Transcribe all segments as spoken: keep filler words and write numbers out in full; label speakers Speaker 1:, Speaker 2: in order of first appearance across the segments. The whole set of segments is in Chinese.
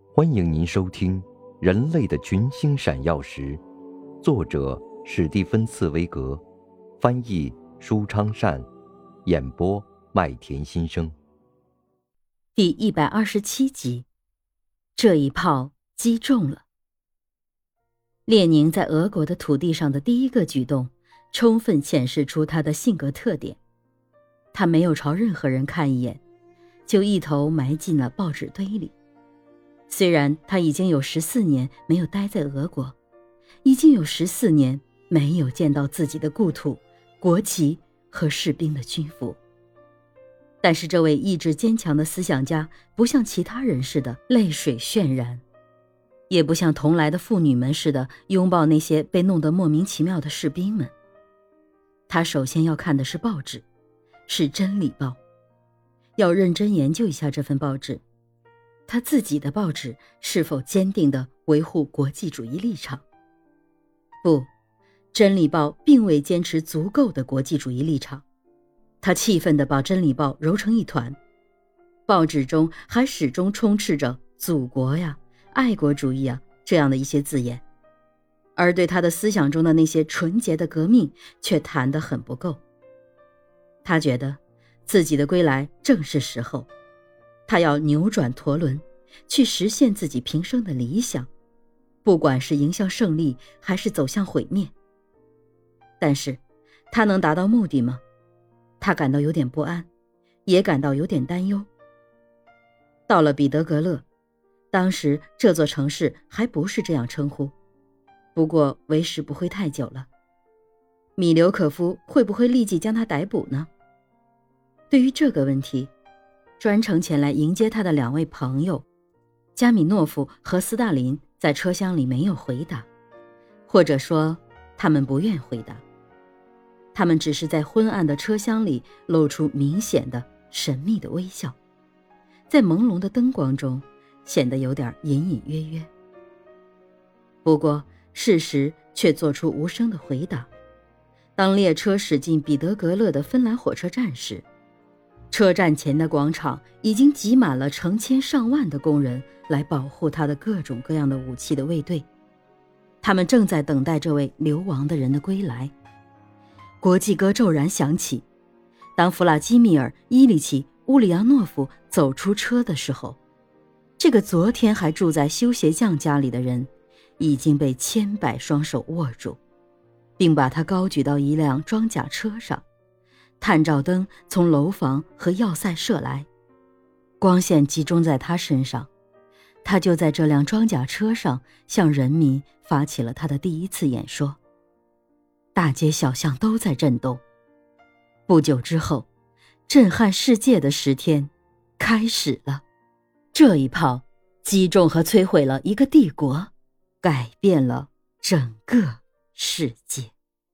Speaker 1: 欢迎您收听《人类的群星闪耀时》，作者史蒂芬·茨威格，翻译舒昌善，演播麦田心声。
Speaker 2: 第一百二十七集，这一炮击中了。列宁在俄国的土地上的第一个举动，充分显示出他的性格特点。他没有朝任何人看一眼，就一头埋进了报纸堆里。虽然他已经有十四年没有待在俄国，已经有十四年没有见到自己的故土、国旗和士兵的军服，但是这位意志坚强的思想家不像其他人似的泪水渲染，也不像同来的妇女们似的拥抱那些被弄得莫名其妙的士兵们。他首先要看的是报纸，是《真理报》，要认真研究一下这份报纸，他自己的报纸是否坚定地维护国际主义立场。不，《真理报》并未坚持足够的国际主义立场。他气愤地把《真理报》揉成一团，报纸中还始终充斥着祖国呀、爱国主义啊这样的一些字眼，而对他的思想中的那些纯洁的革命却谈得很不够。他觉得自己的归来正是时候，他要扭转陀轮，去实现自己平生的理想，不管是迎向胜利还是走向毁灭。但是他能达到目的吗？他感到有点不安，也感到有点担忧。到了彼得格勒，当时这座城市还不是这样称呼，不过为时不会太久了。米留可夫会不会立即将他逮捕呢？对于这个问题，专程前来迎接他的两位朋友加米诺夫和斯大林在车厢里没有回答，或者说他们不愿回答。他们只是在昏暗的车厢里露出明显的神秘的微笑，在朦胧的灯光中显得有点隐隐约约。不过事实却做出无声的回答。当列车驶进彼得格勒的芬兰火车站时，车站前的广场已经挤满了成千上万的工人来保护他的各种各样的武器的卫队，他们正在等待这位流亡的人的归来。国际歌骤然响起，当弗拉基米尔·伊里奇·乌里扬诺夫走出车的时候，这个昨天还住在修鞋匠家里的人已经被千百双手握住，并把他高举到一辆装甲车上。探照灯从楼房和要塞射来，光线集中在他身上，他就在这辆装甲车上向人民发起了他的第一次演说。大街小巷都在震动。不久之后，震撼世界的十天开始了。这一炮击中和摧毁了一个帝国，改变了整个世界。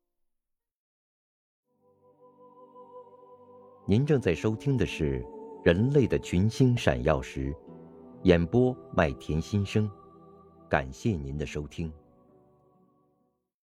Speaker 1: 您正在收听的是《人类的群星闪耀时》，演播麦田心声。感谢您的收听。